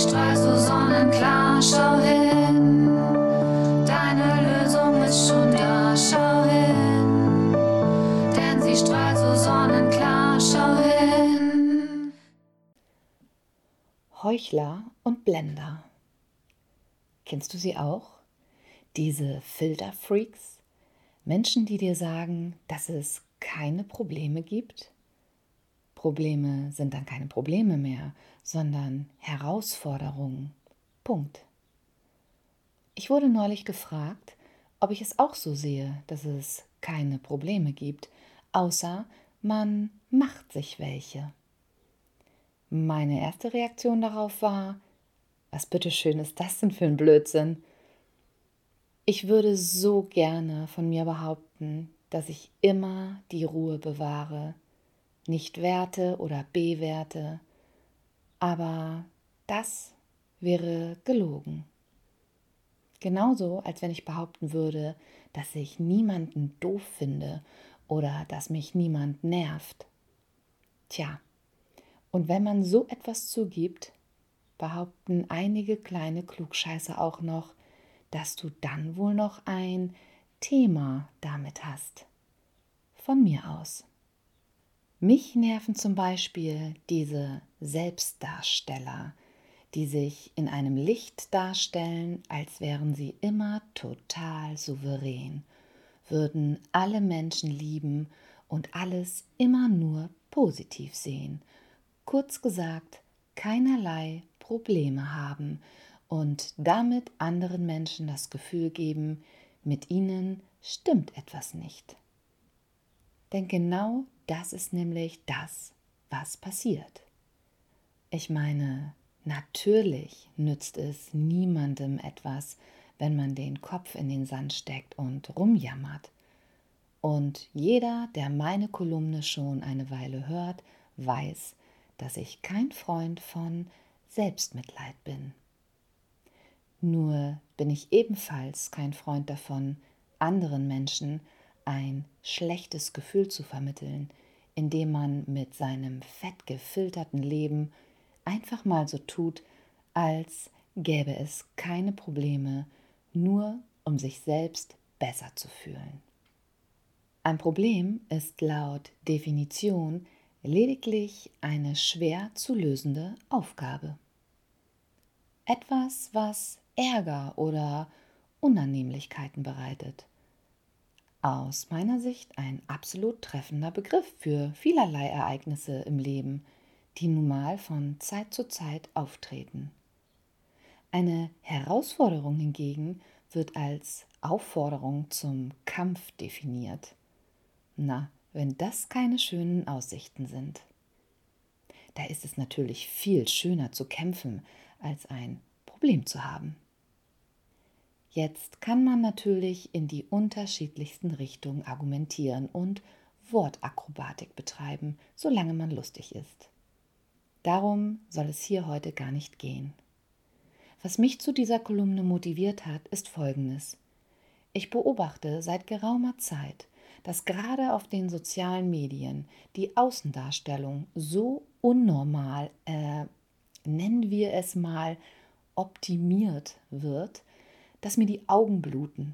strahlst so sonnenklar, schau hin. Deine Lösung ist schon da, schau hin. Denn sie strahlt so sonnenklar, schau hin. Heuchler und Blender. Kennst du sie auch? Diese Filterfreaks? Menschen, die dir sagen, dass es keine Probleme gibt? Probleme sind dann keine Probleme mehr, sondern Herausforderungen. Punkt. Ich wurde neulich gefragt, ob ich es auch so sehe, dass es keine Probleme gibt, außer man macht sich welche. Meine erste Reaktion darauf war, was bitteschön ist das denn für ein Blödsinn? Ich würde so gerne von mir behaupten, dass ich immer die Ruhe bewahre, nicht werte oder bewerte, aber das wäre gelogen. Genauso, als wenn ich behaupten würde, dass ich niemanden doof finde oder dass mich niemand nervt. Tja, und wenn man so etwas zugibt, behaupten einige kleine Klugscheißer auch noch, dass du dann wohl noch ein Thema damit hast. Von mir aus. Mich nerven zum Beispiel diese Selbstdarsteller, die sich in einem Licht darstellen, als wären sie immer total souverän, würden alle Menschen lieben und alles immer nur positiv sehen. Kurz gesagt, keinerlei Probleme haben und damit anderen Menschen das Gefühl geben, mit ihnen stimmt etwas nicht. Denn genau das ist nämlich das, was passiert. Ich meine, natürlich nützt es niemandem etwas, wenn man den Kopf in den Sand steckt und rumjammert. Und jeder, der meine Kolumne schon eine Weile hört, weiß, dass ich kein Freund von Selbstmitleid bin. Nur bin ich ebenfalls kein Freund davon, anderen Menschen ein schlechtes Gefühl zu vermitteln, indem man mit seinem fett gefilterten Leben einfach mal so tut, als gäbe es keine Probleme, nur um sich selbst besser zu fühlen. Ein Problem ist laut Definition lediglich eine schwer zu lösende Aufgabe. Etwas, was Ärger oder Unannehmlichkeiten bereitet. Aus meiner Sicht ein absolut treffender Begriff für vielerlei Ereignisse im Leben, die nun mal von Zeit zu Zeit auftreten. Eine Herausforderung hingegen wird als Aufforderung zum Kampf definiert. Na, wenn das keine schönen Aussichten sind. Da ist es natürlich viel schöner zu kämpfen, als ein Problem zu haben. Jetzt kann man natürlich in die unterschiedlichsten Richtungen argumentieren und Wortakrobatik betreiben, solange man lustig ist. Darum soll es hier heute gar nicht gehen. Was mich zu dieser Kolumne motiviert hat, ist Folgendes. Ich beobachte seit geraumer Zeit, dass gerade auf den sozialen Medien die Außendarstellung so unnormal, nennen wir es mal, optimiert wird, dass mir die Augen bluten.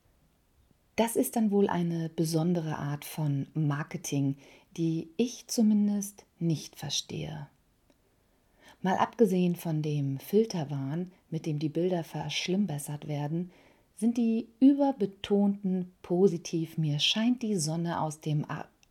Das ist dann wohl eine besondere Art von Marketing, die ich zumindest nicht verstehe. Mal abgesehen von dem Filterwahn, mit dem die Bilder verschlimmbessert werden, sind die überbetonten positiv mir scheint die Sonne aus dem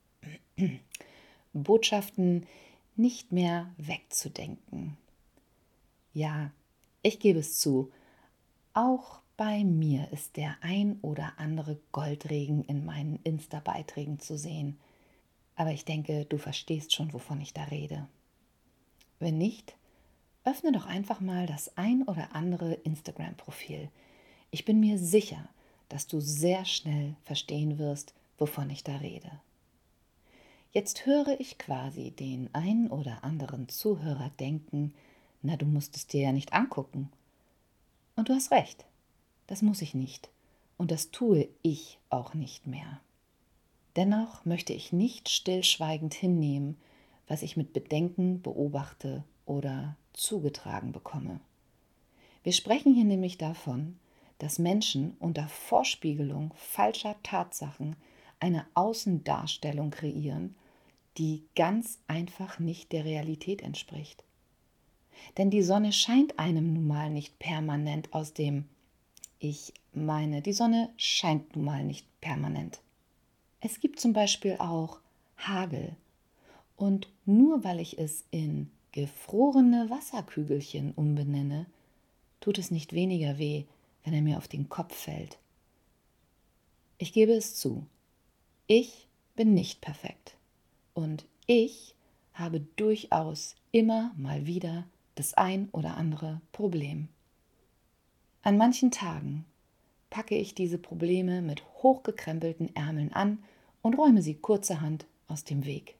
Botschaften nicht mehr wegzudenken. Ja, ich gebe es zu, auch bei mir ist der ein oder andere Goldregen in meinen Insta-Beiträgen zu sehen. Aber ich denke, du verstehst schon, wovon ich da rede. Wenn nicht, öffne doch einfach mal das ein oder andere Instagram-Profil. Ich bin mir sicher, dass du sehr schnell verstehen wirst, wovon ich da rede. Jetzt höre ich quasi den einen oder anderen Zuhörer denken, na, du musst es dir ja nicht angucken. Und du hast recht, das muss ich nicht und das tue ich auch nicht mehr. Dennoch möchte ich nicht stillschweigend hinnehmen, was ich mit Bedenken beobachte oder zugetragen bekomme. Wir sprechen hier nämlich davon, dass Menschen unter Vorspiegelung falscher Tatsachen eine Außendarstellung kreieren, die ganz einfach nicht der Realität entspricht. Denn die Sonne scheint einem nun mal nicht permanent aus dem die Sonne scheint nun mal nicht permanent. Es gibt zum Beispiel auch Hagel. Und nur weil ich es in gefrorene Wasserkügelchen umbenenne, tut es nicht weniger weh, wenn er mir auf den Kopf fällt. Ich gebe es zu, ich bin nicht perfekt. Und ich habe durchaus immer mal wieder das ein oder andere Problem. An manchen Tagen packe ich diese Probleme mit hochgekrempelten Ärmeln an und räume sie kurzerhand aus dem Weg.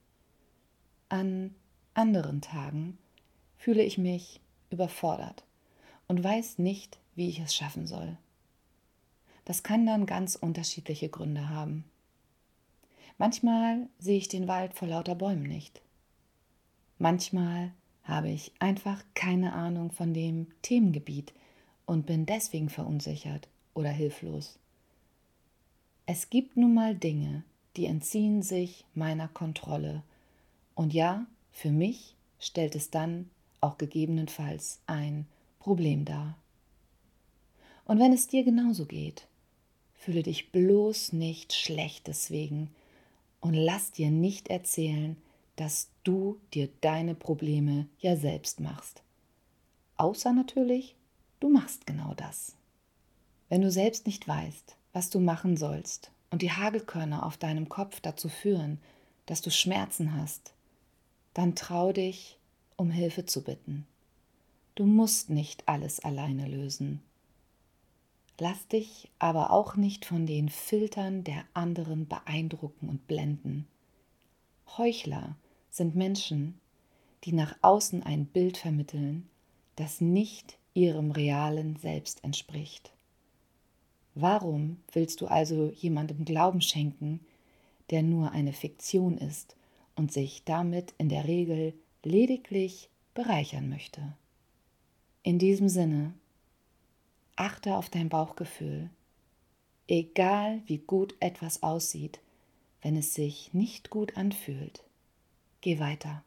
An anderen Tagen fühle ich mich überfordert und weiß nicht, wie ich es schaffen soll. Das kann dann ganz unterschiedliche Gründe haben. Manchmal sehe ich den Wald vor lauter Bäumen nicht. Manchmal habe ich einfach keine Ahnung von dem Themengebiet und bin deswegen verunsichert oder hilflos. Es gibt nun mal Dinge, die entziehen sich meiner Kontrolle. Und ja, für mich stellt es dann auch gegebenenfalls ein Problem dar. Und wenn es dir genauso geht, fühle dich bloß nicht schlecht deswegen und lass dir nicht erzählen, dass du dir deine Probleme ja selbst machst. Außer natürlich, du machst genau das. Wenn du selbst nicht weißt, was du machen sollst und die Hagelkörner auf deinem Kopf dazu führen, dass du Schmerzen hast, dann trau dich, um Hilfe zu bitten. Du musst nicht alles alleine lösen. Lass dich aber auch nicht von den Filtern der anderen beeindrucken und blenden. Heuchler sind Menschen, die nach außen ein Bild vermitteln, das nicht ihrem realen Selbst entspricht. Warum willst du also jemandem Glauben schenken, der nur eine Fiktion ist und sich damit in der Regel lediglich bereichern möchte? In diesem Sinne, achte auf dein Bauchgefühl. Egal wie gut etwas aussieht, wenn es sich nicht gut anfühlt, geh weiter.